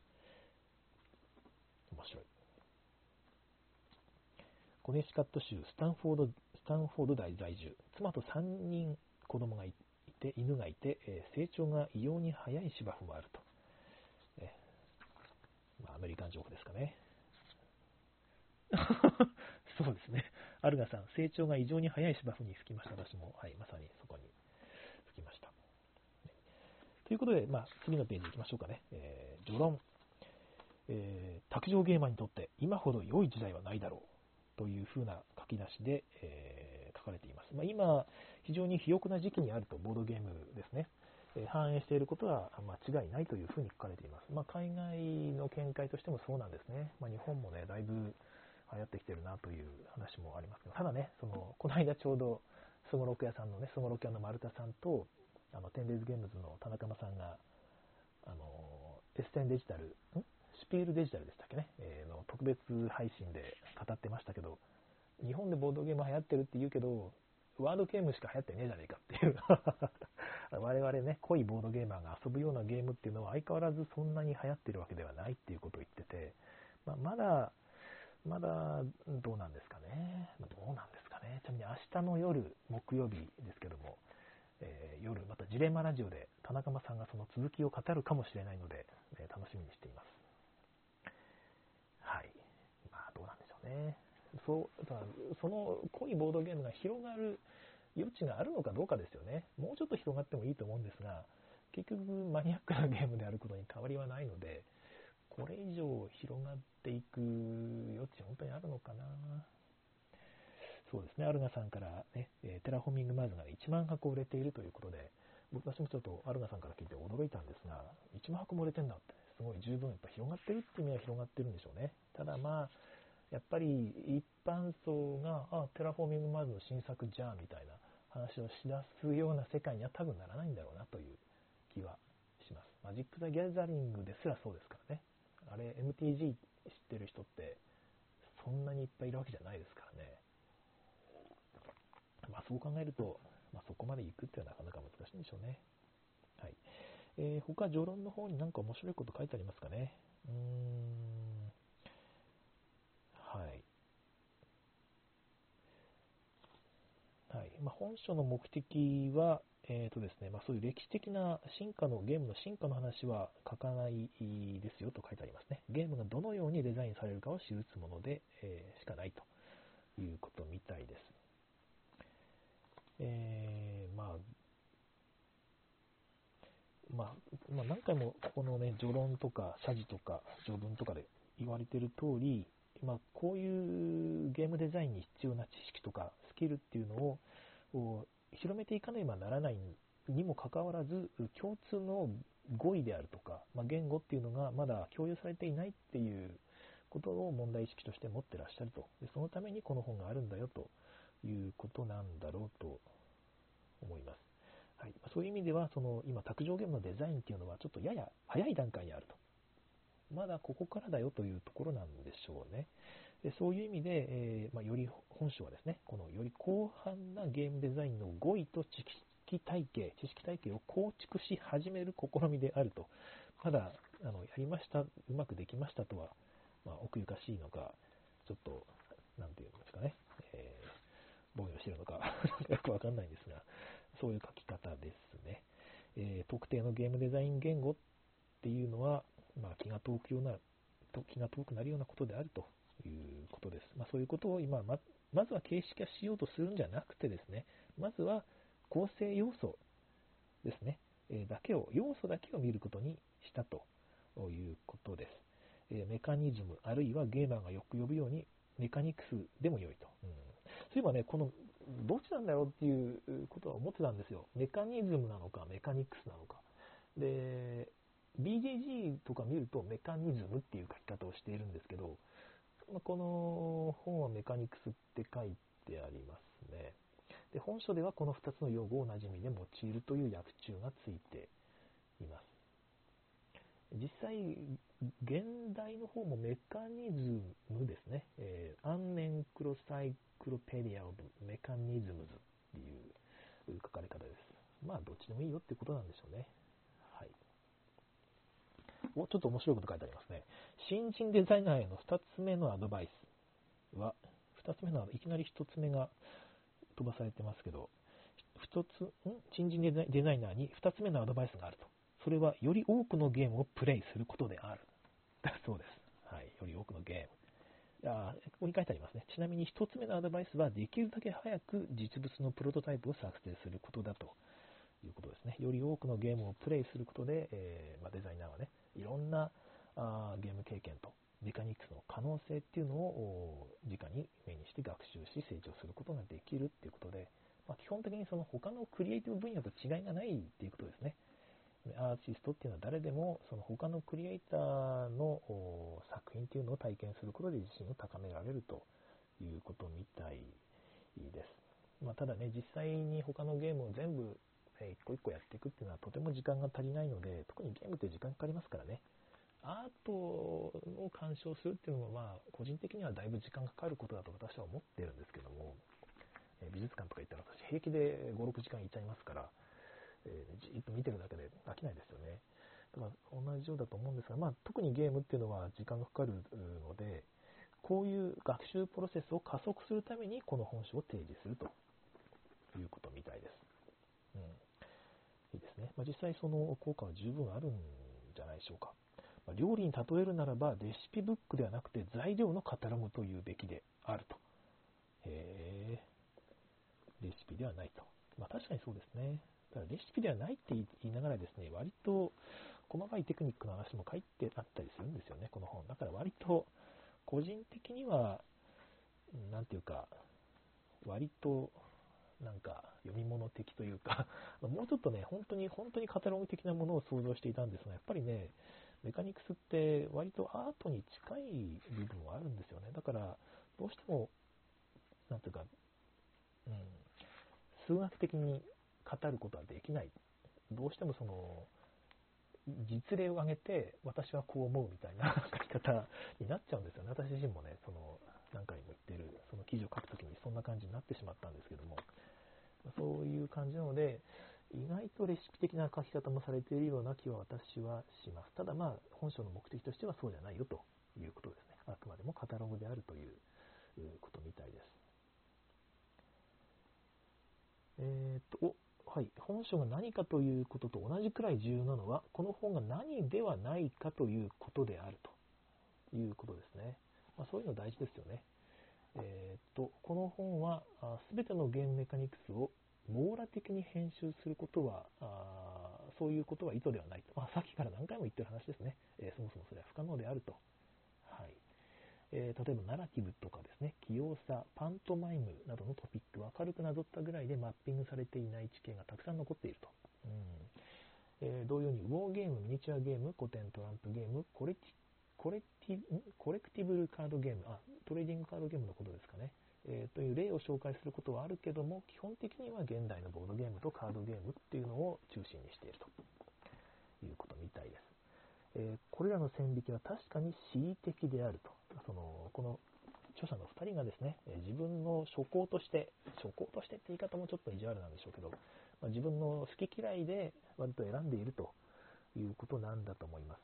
面白い。コネチカット州スタンフォード大在住、妻と3人子供がいて、犬がいて、成長が異様に早い芝生もあると。 アメリカンジョークですかね。そうですね。アルガさん、成長が異常に早い芝生に吹きました。私も、はい、まさにそこに吹きました。ということで、次のページ行きましょうかね。序論。卓上ゲーマーにとって今ほど良い時代はないだろうというふうな書き出しで、書かれています。今、非常に肥沃な時期にあると、ボードゲームですね。反映していることは間違いないというふうに書かれています。海外の見解としてもそうなんですね。日本もね、だいぶ流行ってきてるなという話もありますけど、ただね、この間ちょうど、すごろく屋さんのね、すごろく屋の丸田さんと、テンデイズゲームズの田中間さんが、エステンデジタル、スピールデジタルでしたっけね、の特別配信で語ってましたけど、日本でボードゲーム流行ってるって言うけど、ワードゲームしか流行ってねえじゃねえかっていう我々ね、濃いボードゲーマーが遊ぶようなゲームっていうのは相変わらずそんなに流行ってるわけではないっていうことを言ってて、まだどうなんですかね。どうなんですかね。ちなみに明日の夜、木曜日ですけども、夜またジレンマラジオで田中間さんがその続きを語るかもしれないので、楽しみにしています。はい。どうなんでしょうね。その濃いボードゲームが広がる余地があるのかどうかですよね。もうちょっと広がってもいいと思うんですが、結局マニアックなゲームであることに変わりはないので、これ以上広がっていく余地本当にあるのかな。そうですね、アルガさんからね、テラフォーミングマーズが1万箱売れているということで、私もちょっとアルガさんから聞いて驚いたんですが、1万箱も売れてんだって、すごい十分やっぱ広がってるっていう意味は広がってるんでしょうね。ただやっぱり一般層が、テラフォーミングマーズの新作じゃんみたいな話をしだすような世界には多分ならないんだろうなという気はします。マジック・ザ・ギャザリングですらそうですからね。あれ、MTG 知ってる人ってそんなにいっぱいいるわけじゃないですからね。そう考えると、そこまで行くっていうのはなかなか難しいんでしょうね。はい。他、序論の方に何か面白いこと書いてありますかね。はい。はい。本書の目的は、ですね、そういう歴史的なゲームの進化の話は書かないですよと書いてありますね。ゲームがどのようにデザインされるかを記すもので、しかないということみたいです。何回もここのね、序論とか謝辞とか序文とかで言われている通り、こういうゲームデザインに必要な知識とかスキルっていうのを広めていかねばならないにもかかわらず、共通の語彙であるとか、言語っていうのがまだ共有されていないっていうことを問題意識として持ってらっしゃると。でそのためにこの本があるんだよということなんだろうと思います。はい、そういう意味では、今、卓上ゲームのデザインっていうのはちょっとやや早い段階にあると。まだここからだよというところなんでしょうね。でそういう意味で、より本書はですね、このより広範なゲームデザインの語彙と知識体系を構築し始める試みであると。まだやりました、うまくできましたとは、奥ゆかしいのか、ちょっと、なんていうんですかね、防御しているのかよくわかんないんですが、そういう書き方ですね。特定のゲームデザイン言語っていうのは、気が遠くなるようなことであるということです。そういうことを今、まずは形式化しようとするんじゃなくてですね、まずは構成要素ですね、要素だけを見ることにしたということです。メカニズム、あるいはゲーマーがよく呼ぶようにメカニクスでも良いと。そういえばね、どっちなんだろうっていうことは思ってたんですよ。メカニズムなのか、メカニクスなのか。で、BGG とか見るとメカニズムっていう書き方をしているんですけど、この本はメカニクスって書いてありますね。で、本書ではこの2つの用語を馴染みで用いるという訳中がついています。実際、現代の方もメカニズムですね。アンネンクロサイクロペディアオブメカニズムズっていう書かれ方です。どっちでもいいよってことなんでしょうね。はい。ちょっと面白いこと書いてありますね。新人デザイナーへの2つ目のアドバイスは、いきなり1つ目が飛ばされてますけど、新人デザイナーに2つ目のアドバイスがあると。それはより多くのゲームをプレイすることである。 だそうです。はい。より多くのゲーム。ここに書いてありますね。ちなみに1つ目のアドバイスは、できるだけ早く実物のプロトタイプを作成することだということですね。より多くのゲームをプレイすることで、デザイナーはね、いろんなゲーム経験とメカニクスの可能性っていうのを直に目にして学習し成長することができるっていうことで、基本的にその他のクリエイティブ分野と違いがないっていうことですね。アーティストっていうのは誰でもその他のクリエイターの作品っていうのを体験することで自信を高められるということみたいです。ただね、実際に他のゲームを全部一個一個やっていくっていうのはとても時間が足りないので、特にゲームって時間かかりますからね。アートを鑑賞するっていうのも個人的にはだいぶ時間がかかることだと私は思ってるんですけども、美術館とか行ったら私平気で5、6時間いっちゃいますから、じっと見てるだけで飽きないですよね。だから同じようだと思うんですが、特にゲームっていうのは時間がかかるので、こういう学習プロセスを加速するためにこの本書を提示するということみたいです。いいですね。実際その効果は十分あるんじゃないでしょうか。料理に例えるならば、レシピブックではなくて材料のカタログというべきであると。レシピではないと。確かにそうですね。ただレシピではないって言いながらですね、割と細かいテクニックの話も書いてあったりするんですよね、この本。だから割と個人的には、なんていうか、割となんか読み物的というかもうちょっとね、本当にカタログ的なものを想像していたんですが、やっぱりね、メカニクスって割とアートに近い部分はあるんですよね。だからどうしてもなんていうか、数学的に語ることはできない。どうしてもその実例を挙げて私はこう思うみたいな書き方になっちゃうんですよね。私自身もね、その何回も言ってるその記事を書くときにそんな感じになってしまったんですけども、そういう感じなので、意外とレシピ的な書き方もされているような気は私はします。ただ本書の目的としてはそうじゃないよということですね。あくまでもカタログであるということみたいです。はい、本書が何かということと同じくらい重要なのは、この本が何ではないかということであるということですね。そういうの大事ですよね。この本は全てのゲームメカニクスを網羅的に編集することは、そういうことは意図ではないと。さっきから何回も言ってる話ですね。そもそもそれは不可能であると。はい。例えばナラティブとかですね、器用さ、パントマイムなどのトピックは軽くなぞったぐらいでマッピングされていない知見がたくさん残っていると。同様にウォーゲーム、ミニチュアゲーム、古典トランプゲーム、コレクティブルカードゲーム、トレーディングカードゲームのことですかね、という例を紹介することはあるけども、基本的には現代のボードゲームとカードゲームっていうのを中心にしているということみたいです。これらの線引きは確かに恣意的であると。この著者の2人がですね、自分の初稿としてって言い方もちょっと意地悪なんでしょうけど、自分の好き嫌いで割と選んでいるということなんだと思います。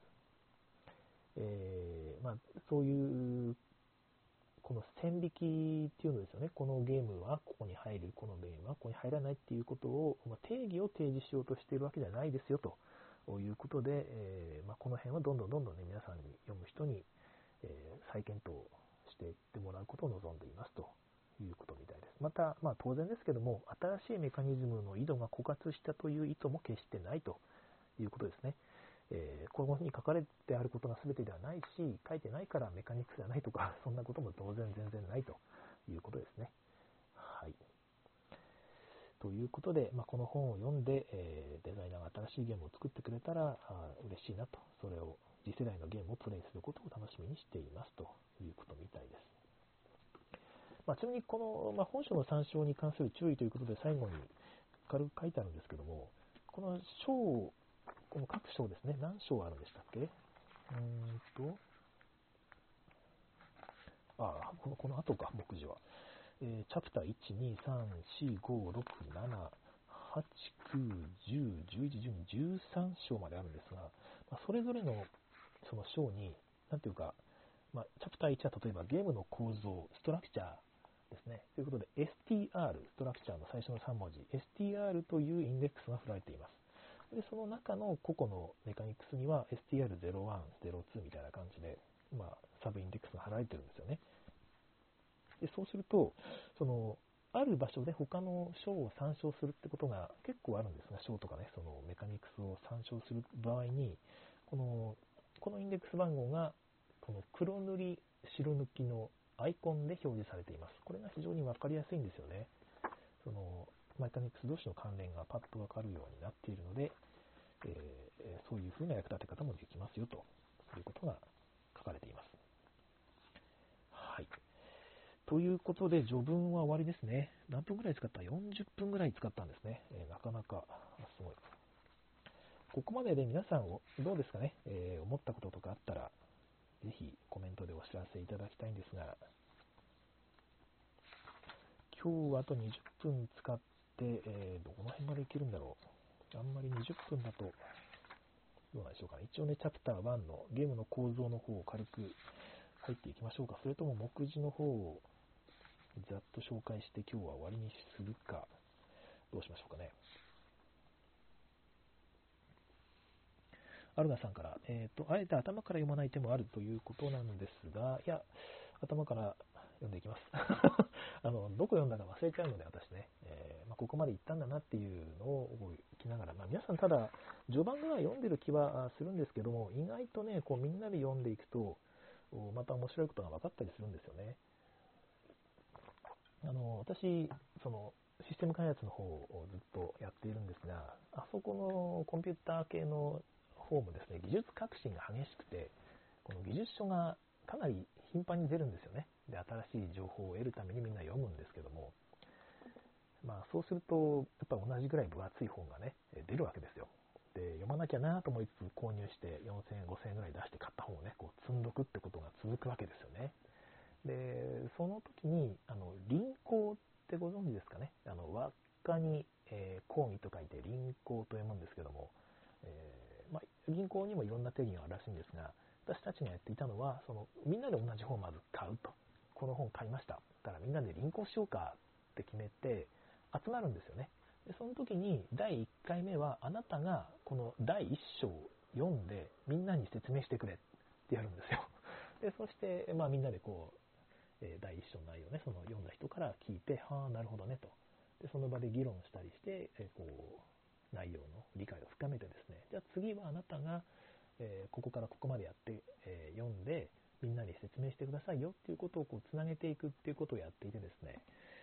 そういうこの線引きっていうのですよね。このゲームはここに入る、このゲームはここに入らないっていうことを、定義を提示しようとしているわけではないですよということで、この辺はどんどんね、皆さんに読む人に、再検討していってもらうことを望んでいますということみたいです。また、当然ですけども、新しいメカニズムの意図が枯渇したという意図も決してないということですね。この本に書かれてあることが全てではないし、書いてないからメカニクスではないとか、そんなことも当然全然ないということですね。はい。ということで、この本を読んで、デザイナーが新しいゲームを作ってくれたら嬉しいなと、それを次世代のゲームをプレイすることを楽しみにしていますということみたいです。ちなみにこの、本書の参照に関する注意ということで最後に軽く書いてあるんですけども、このこの各章ですね、何章あるんでしたっけ？この後か、目次は。チャプター1、2、3、4、5、6、7、8、9、10、11、12、13章まであるんですが、それぞれのその章に、なんていうか、チャプター1は例えばゲームの構造、ストラクチャーですね。ということで、STR、ストラクチャーの最初の3文字、STR というインデックスが振られています。 で、その中の個々のメカニクスには str01、02みたいな感じで、サブインデックスが貼られてるんですよね。で、そうすると、ある場所で他の章を参照するってことが結構あるんですが、章とかね、そのメカニクスを参照する場合に、このインデックス番号が、この黒塗り、白抜きのアイコンで表示されています。これが非常に分かりやすいんですよね。メカニクス同士の関連がパッと分かるようになっているので、そういうふうな役立て方もできますよということが書かれています。はい。ということで、序文は終わりですね。何分ぐらい使った？ 40 分ぐらい使ったんですね。なかなかすごい。ここまでで皆さんどうですかね、思ったこととかあったら、ぜひコメントでお知らせいただきたいんですが、今日はあと20分使って、どの辺までいけるんだろう。あんまり20分だと、どうなんでしょうかね。一応ね、チャプター1のゲームの構造の方を軽く入っていきましょうか。それとも目次の方をざっと紹介して今日は終わりにするか、どうしましょうかね。アルナさんから、あえて頭から読まない手もあるということなんですが、いや、頭から読んでいきます。どこ読んだか忘れちゃうので、私ね、ここまで行ったんだなっていうのを覚えきながら、皆さんただ、序盤ぐらい読んでる気はするんですけども、意外とね、みんなで読んでいくと、また面白いことが分かったりするんですよね。私、システム開発の方をずっとやっているんですが、あそこのコンピューター系の方もですね、技術革新が激しくて、この技術書がかなり頻繁に出るんですよね。で、新しい情報を得るためにみんな読むんですけども、そうすると、やっぱ同じぐらい分厚い本がね、出るわけですよ。で、読まなきゃなと思いつつ購入して4000円、5000円ぐらい出して買った本をね、積んどくってことが続くわけですよね。で、その時に、輪行ってご存知ですかね。輪っかに、講義と書いて輪行と読むんですけども、銀行にもいろんな定義があるらしいんですが、私たちがやっていたのは、みんなで同じ本をまず買うと。この本買いました。だからみんなで輪行しようかって決めて集まるんですよね。で、その時に第1回目はあなたがこの第1章を読んでみんなに説明してくれってやるんですよ。で、そして、みんなで第1章の内容ね、その読んだ人から聞いて、はあ、なるほどねと。で、その場で議論したりして、内容の理解を深めてですね、じゃあ次はあなたが、ここからここまでやって、読んで、みんなに説明してくださいよっていうことをつなげていくっていうことをやっていてですね、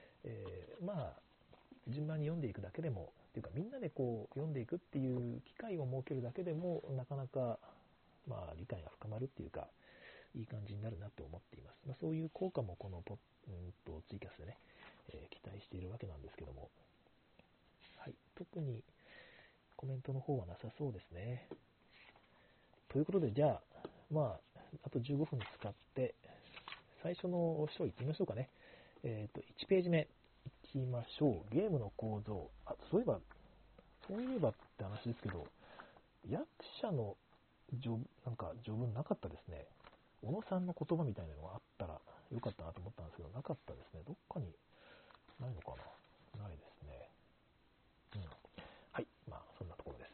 順番に読んでいくだけでも、っていうかみんなで読んでいくっていう機会を設けるだけでも、なかなか、理解が深まるっていうか、いい感じになるなと思っています。そういう効果もこのツイキャスでね、期待しているわけなんですけども、はい、特にコメントの方はなさそうですね。ということで、じゃあ、あと15分使って、最初の章行ってみましょうかね。1ページ目行きましょう。ゲームの構造。そういえばって話ですけど、役者のなんか序文なかったですね。小野さんの言葉みたいなのがあったらよかったなと思ったんですけど、なかったですね。どっかにないのかな？ないですね。はい。そんなところです。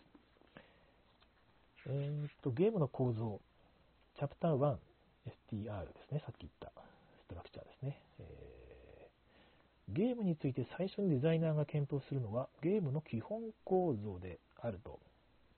ゲームの構造。チャプター1、STR ですね。さっき言ったストラクチャーですね。ゲームについて最初にデザイナーが検討するのはゲームの基本構造であると。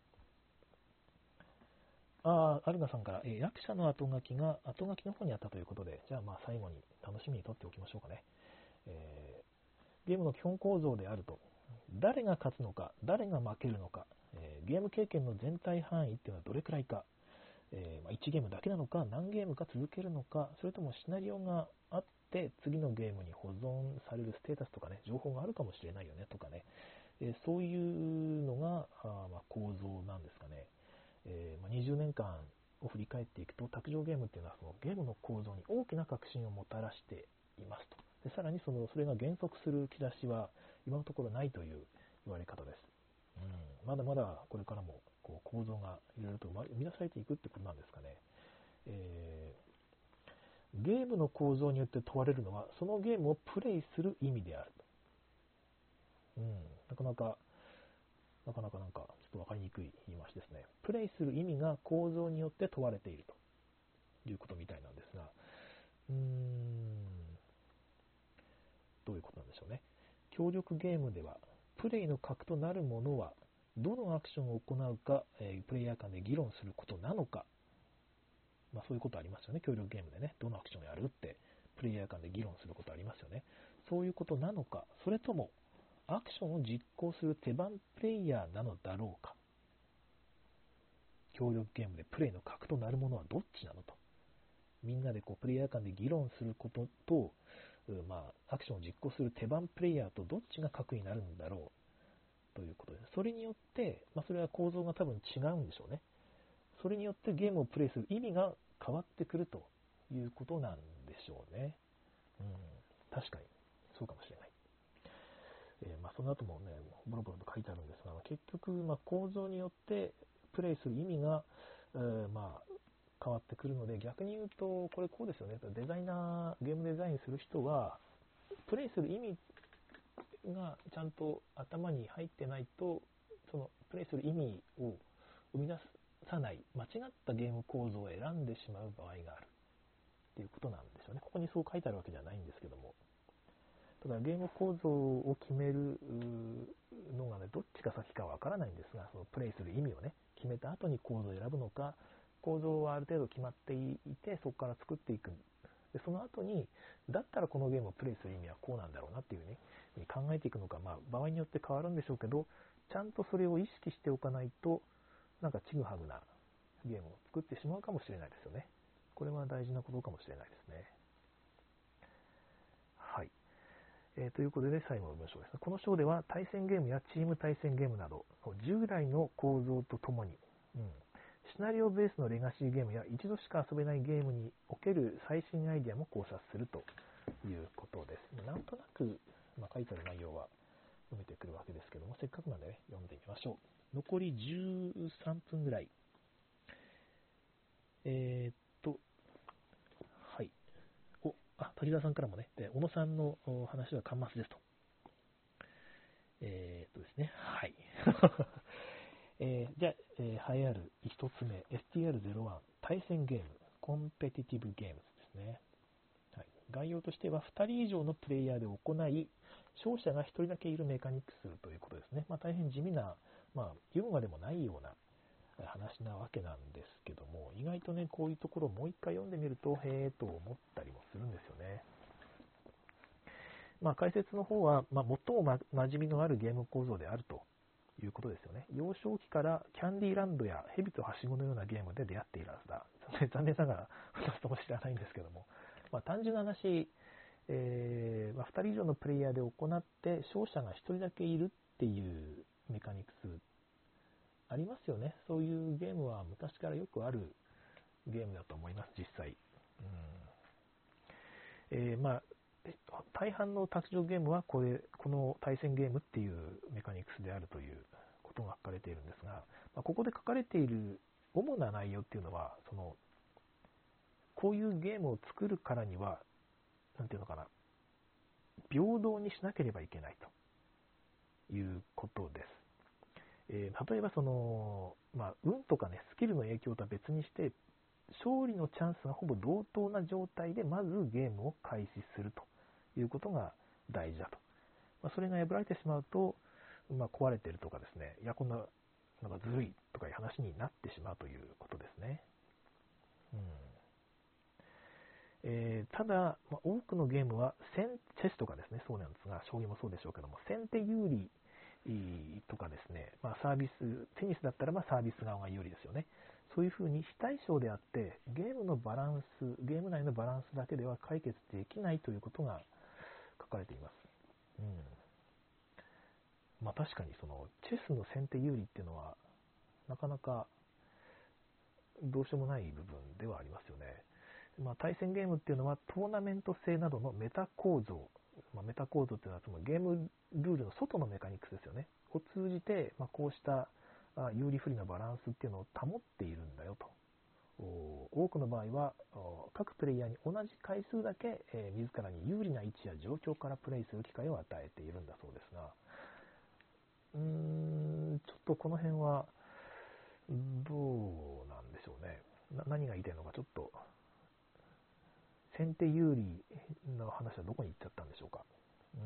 アルガさんから、役者の後書きが後書きの方にあったということで、じゃあ最後に楽しみにとっておきましょうかね。ゲームの基本構造であると。誰が勝つのか、誰が負けるのか、ゲーム経験の全体範囲っていうのはどれくらいか、1ゲームだけなのか、何ゲームか続けるのか、それともシナリオがあって次のゲームに保存されるステータスとかね、情報があるかもしれないよねとかね、そういうのが構造なんですかね。20年間を振り返っていくと、卓上ゲームっていうのはそのゲームの構造に大きな革新をもたらしていますと。でさらにそれが減速する兆しは今のところないという言われ方です。まだまだこれからも構造がいろいろと生み出されていくってことなんですかね。ゲームの構造によって問われるのはそのゲームをプレイする意味である。なかなかなかなかちょっと分かりにくい言い回しですね。プレイする意味が構造によって問われているということみたいなんですが、どういうことなんでしょうね。協力ゲームでは、プレイの核となるものは、どのアクションを行うか、プレイヤー間で議論することなのか、そういうことありますよね。協力ゲームでね、どのアクションをやるって、プレイヤー間で議論することありますよね。そういうことなのか、それとも、アクションを実行する手番プレイヤーなのだろうか。協力ゲームでプレイの核となるものはどっちなのと。みんなでプレイヤー間で議論することと、アクションを実行する手番プレイヤーとどっちが核になるんだろうということです。それによって、それは構造が多分違うんでしょうね。それによってゲームをプレイする意味が変わってくるということなんでしょうね。確かにそうかもしれない。その後もね、ボロボロと書いてあるんですが、結局、構造によってプレイする意味が、変わってくるので、逆に言うと、これこうですよね。デザイナー、ゲームデザインする人は、プレイする意味がちゃんと頭に入ってないと、そのプレイする意味を生み出さない、間違ったゲーム構造を選んでしまう場合があるっていうことなんでしょうね。ここにそう書いてあるわけじゃないんですけども。ただゲーム構造を決めるのがね、どっちが先かわからないんですが、そのプレイする意味をね、決めた後に構造を選ぶのか、構造はある程度決まっていて、そこから作っていく。でその後に、だったらこのゲームをプレイする意味はこうなんだろうなっていうね、考えていくのか、場合によって変わるんでしょうけど、ちゃんとそれを意識しておかないと、ちぐはぐなゲームを作ってしまうかもしれないですよね。これは大事なことかもしれないですね。はい。ということで、最後の文章です。この章では対戦ゲームやチーム対戦ゲームなど従来の構造とともに、シナリオベースのレガシーゲームや一度しか遊べないゲームにおける最新アイデアも考察するということです。なんとなく、書いてある内容は読めてくるわけですけども、せっかくなんで、ね、読んでみましょう。残り13分ぐらい。はい。滝沢さんからもね、小野さんの話は巻末ですと。ですね。はい。じゃあ、栄えある1つ目、STR01 対戦ゲーム、コンペティティブゲームズですね。はい、概要としては、2人以上のプレイヤーで行い、勝者が1人だけいるメカニクスということですね。大変地味な、ユーモアでもないような話なわけなんですけども、意外とね、こういうところをもう一回読んでみると、へーと思ったりもするんですよね。解説の方は、最も馴染みのあるゲーム構造であるということですよね。幼少期からキャンディーランドや蛇とはしごのようなゲームで出会っているはずだ。残念ながら2つとも知らないんですけども、単純な話、2人以上のプレイヤーで行って勝者が1人だけいるっていうメカニクスありますよね。そういうゲームは昔からよくあるゲームだと思います、実際。大半の卓上ゲームはこの対戦ゲームっていうメカニクスであるということが書かれているんですが、ここで書かれている主な内容っていうのは、こういうゲームを作るからには、なんていうのかな、平等にしなければいけないということです。例えば運とかね、スキルの影響とは別にして、勝利のチャンスがほぼ同等な状態でまずゲームを開始するということが大事だと。それが破られてしまうと、壊れてるとかですね、いや、こんな、ずるいとかいう話になってしまうということですね。ただ、多くのゲームはチェスとかですね、そうなんですが、将棋もそうでしょうけども、先手有利とかですね、サービス、テニスだったらサービス側が有利ですよね。そういうふうに非対称であって、ゲーム内のバランスだけでは解決できないということが書かれています。確かにチェスの先手有利っていうのは、なかなかどうしようもない部分ではありますよね。対戦ゲームっていうのはトーナメント制などのメタ構造、メタ構造っていうのはそのゲームルールの外のメカニクスですよね。を通じて、こうした有利不利なバランスっていうのを保っているんだよと。多くの場合は各プレイヤーに同じ回数だけ自らに有利な位置や状況からプレイする機会を与えているんだそうですが、ちょっとこの辺はどうなんでしょうね。何が言いたいのかちょっと、先手有利の話はどこに行っちゃったんでしょうか。うん、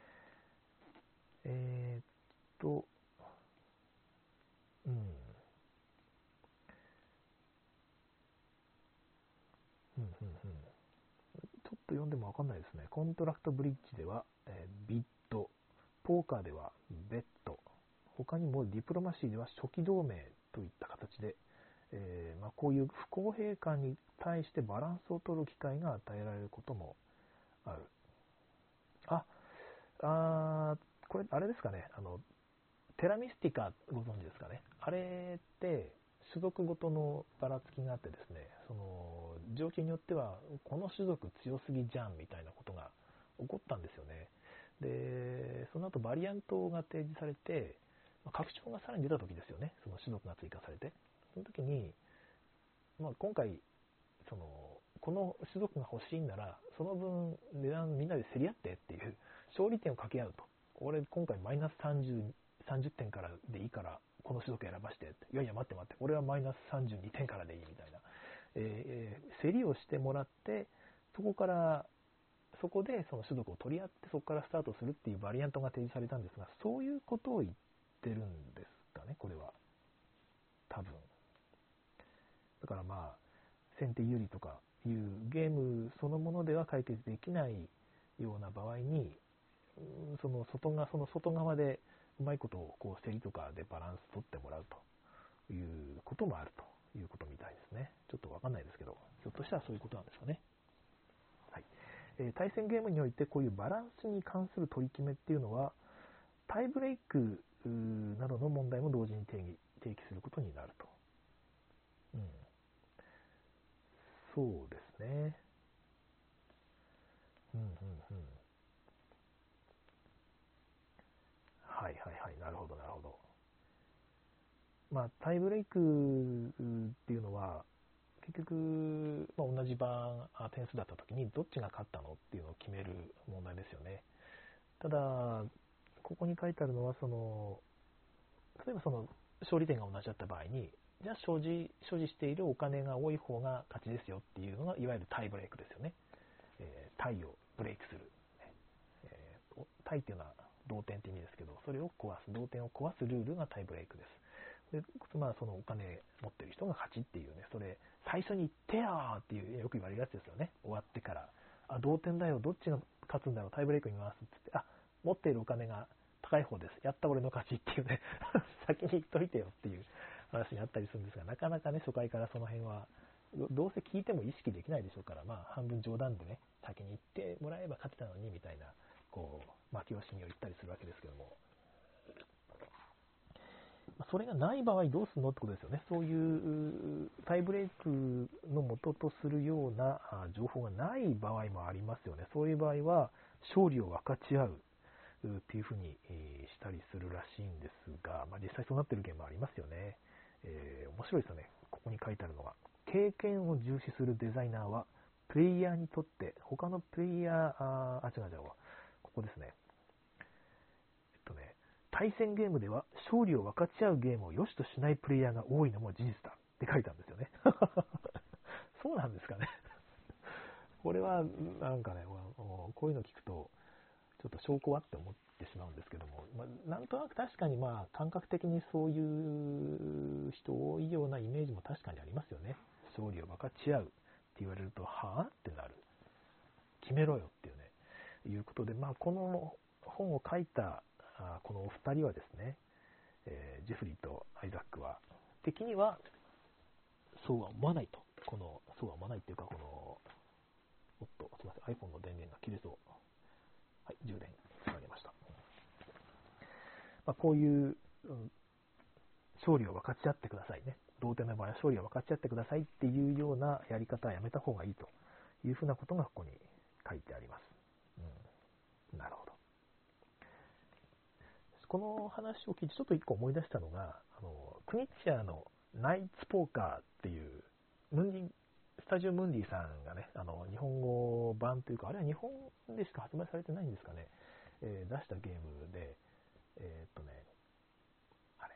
えーっと、うん、うん、うん、うん。ちょっと読んでもわかんないですね。コントラクトブリッジでは、ビット、ポーカーではベッド、他にもディプロマシーでは初期同盟といった形で、こういう不公平感に対してバランスを取る機会が与えられることもある。あ、これ、あれですかね。テラミスティカご存知ですかね。あれって、種族ごとのばらつきがあってですね、その状況によっては、この種族強すぎじゃんみたいなことが起こったんですよね。で、その後バリアントが提示されて、拡張がさらに出た時ですよね、その種族が追加されて。その時に、今回、この種族が欲しいんなら、その分値段みんなで競り合ってっていう勝利点を掛け合うと。俺今回マイナス30点からでいいからこの種族選ばしてって。いやいや待って待って、俺はマイナス32点からでいいみたいな。競りをしてもらって、そこでその種族を取り合ってそこからスタートするっていうバリアントが提示されたんですが、そういうことを言ってるんですかね、これは。多分。だから先手有利とかいうゲームそのものでは解決できないような場合に、その外側でうまいことをこう競りとかでバランス取ってもらうということもあるということみたいですね。ちょっとわかんないですけど、ひょっとしたらそういうことなんでしょうね。はい。対戦ゲームにおいてこういうバランスに関する取り決めっていうのは、タイブレイクなどの問題も同時に提起することになると。うん、そうですね。うんうんうん。はいはいはい。なるほどなるほど。タイブレイクっていうのは、結局、同じ点数だった時にどっちが勝ったのっていうのを決める問題ですよね。ただ、ここに書いてあるのは、例えば勝利点が同じだった場合に、じゃあ所持しているお金が多い方が勝ちですよっていうのが、いわゆるタイブレイクですよね。タイをブレイクする。タイっていうのは同点って意味ですけど、それを壊す、同点を壊すルールがタイブレイクです。で、そのお金持ってる人が勝ちっていうね、それ、最初に言ってよーっていう、よく言われるやつですよね。終わってから。同点だよ、どっちが勝つんだろう、タイブレイクに回すって言って、持っているお金が高い方です。やった俺の勝ちっていうね、先に言っといてよっていう話にあったりするんですが、なかなかね、初回からその辺は、どうせ聞いても意識できないでしょうから、半分冗談でね、先に言ってもらえば勝てたのにみたいな、負け惜しみを言ったりするわけですけども、それがない場合どうするのってことですよね。そういうタイブレイクの元とするような情報がない場合もありますよね。そういう場合は勝利を分かち合うっていうふうにしたりするらしいんですが、実際そうなってるゲームもありますよね。面白いですよね。ここに書いてあるのが、経験を重視するデザイナーはプレイヤーにとって他のプレイヤー、違う違うわ。ここですね。対戦ゲームでは勝利を分かち合うゲームを良しとしないプレイヤーが多いのも事実だって書いたんですよね。そうなんですかね。これはなんかね、こういうの聞くと、ちょっと証拠はって思ってしまうんですけども、なんとなく確かに感覚的にそういう人多いようなイメージも確かにありますよね。勝利を分かち合うって言われると、はぁってなる。決めろよっていうね、いうことで、この本を書いたこのお二人はですね、ジェフリーとアイザックは、的にはそうは思わないと。そうは思わないっていうか、おっと、すみません、iPhone の電源が切れそう。はい、充電つなげました。こういう、勝利を分かち合ってくださいね。同点の場合は勝利を分かち合ってくださいっていうようなやり方はやめた方がいいというふうなことがここに書いてあります。なるほど。この話を聞いてちょっと一個思い出したのが、クニッチャーのナイツポーカーっていう、スタジオムンディさんがね、日本語版というか、あれは日本でしか発売されてないんですかね、出したゲームで、あれ、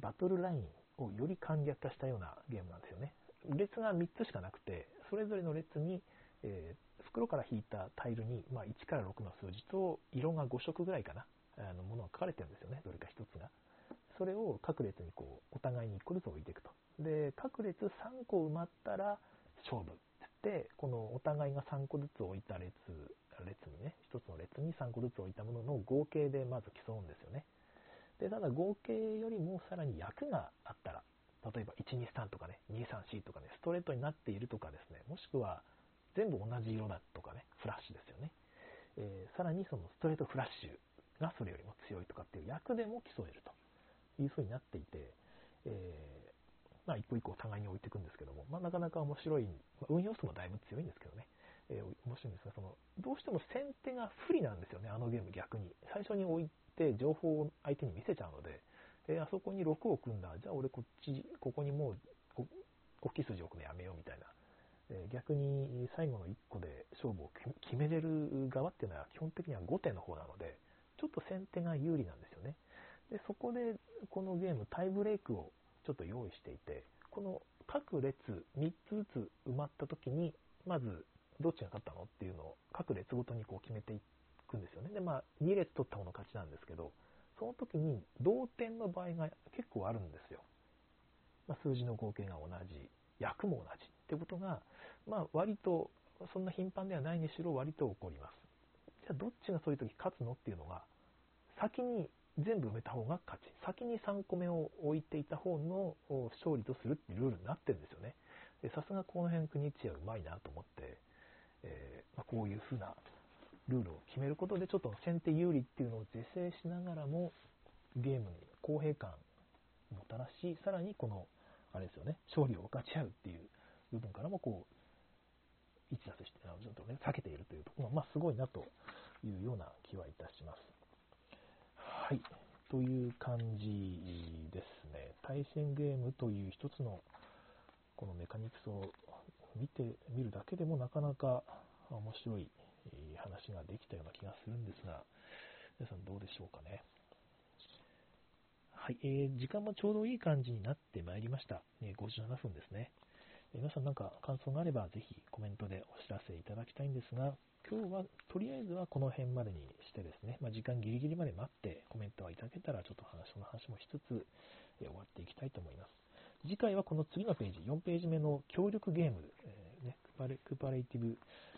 バトルラインをより簡略化したようなゲームなんですよね。列が3つしかなくて、それぞれの列に、袋から引いたタイルに、1から6の数字と色が5色ぐらいかな、ものが書かれてるんですよね、どれか1つが。それを各列にお互いに1個ずつ置いていくと。で、各列3個埋まったら勝負ってこのお互いが3個ずつ置いた列にね、1つの列に3個ずつ置いたものの合計でまず競うんですよね。で、ただ合計よりもさらに役があったら、例えば123とかね、234とかね、ストレートになっているとかですね、もしくは全部同じ色だとかね、フラッシュですよね。さらにそのストレートフラッシュがそれよりも強いとかっていう役でも競えるという風になっていて、一個一個お互いに置いていくんですけども、なかなか面白い、運要素もだいぶ強いんですけどね、面白いんですが、どうしても先手が不利なんですよね、あのゲーム逆に。最初に置いて情報を相手に見せちゃうので、あそこに6を組んだ、じゃあ俺ここにもう大きい数字置くのやめようみたいな。逆に最後の1個で勝負を決めれる側っていうのは基本的には後手の方なので、ちょっと先手が有利なんですよね。で、そこでこのゲームタイブレイクをちょっと用意していて、この各列3つずつ埋まった時に、まずどっちが勝ったのっていうのを各列ごとに決めていくんですよね。で、2列取った方の勝ちなんですけど、その時に同点の場合が結構あるんですよ。数字の合計が同じ、役も同じってことが、割とそんな頻繁ではないにしろ割と起こります。じゃあどっちがそういう時勝つのっていうのが、先に全部埋めた方が勝ち、先に3個目を置いていた方の勝利とするっていうルールになってるんですよね。さすがこの辺国一はうまいなと思って、こういう風なルールを決めることでちょっと先手有利っていうのを是正しながらもゲームに公平感をもたらし、さらにこのあれですよね、勝利を分かち合うっていう部分からも逸脱してちょっとね避けているというところが、すごいなというような気はいたします。はい、という感じですね。対戦ゲームという一つのこのメカニクスを見るだけでもなかなか面白い話ができたような気がするんですが、皆さんどうでしょうかね。はい、時間もちょうどいい感じになってまいりました。57分ですね。皆さん何か感想があればぜひコメントでお知らせいただきたいんですが、今日はとりあえずはこの辺までにしてですね、時間ギリギリまで待ってコメントはいただけたらちょっとその話もしつつ終わっていきたいと思います。次回はこの次のページ、4ページ目の協力ゲーム、クパレイティブ、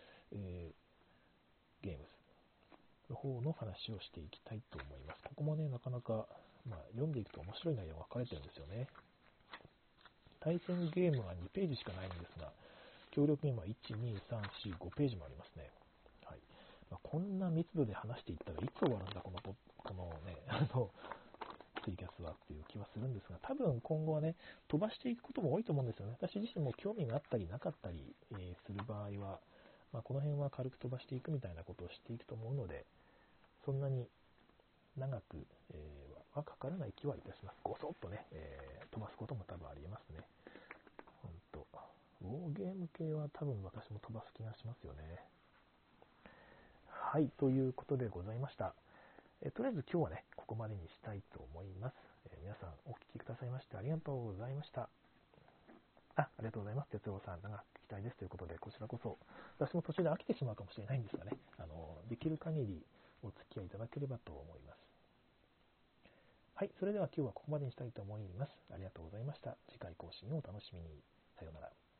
ゲームズの方の話をしていきたいと思います。ここもね、なかなか、読んでいくと面白い内容が書かれてるんですよね。対戦ゲームは2ページしかないんですが、協力ゲームは1、2、3、4、5ページもありますね。はい。こんな密度で話していったらいつ終わるんだ、このね、ツイキャスはっていう気はするんですが、多分今後はね、飛ばしていくことも多いと思うんですよね。私自身も興味があったりなかったりする場合は、この辺は軽く飛ばしていくみたいなことをしていくと思うので、そんなに長く、はかからない気はいたします。ごそっとね、飛ばすことも多分ありえますね。本当。ウォーゲーム系は多分私も飛ばす気がしますよね。はい、ということでございました。とりあえず今日はね、ここまでにしたいと思います。皆さんお聞きくださいましてありがとうございました。ありがとうございます。哲郎さん、長く聞きたいですということで、こちらこそ、私も途中で飽きてしまうかもしれないんですがね、できる限りお付き合いいただければと思います。はい、それでは今日はここまでにしたいと思います。ありがとうございました。次回更新をお楽しみに。さようなら。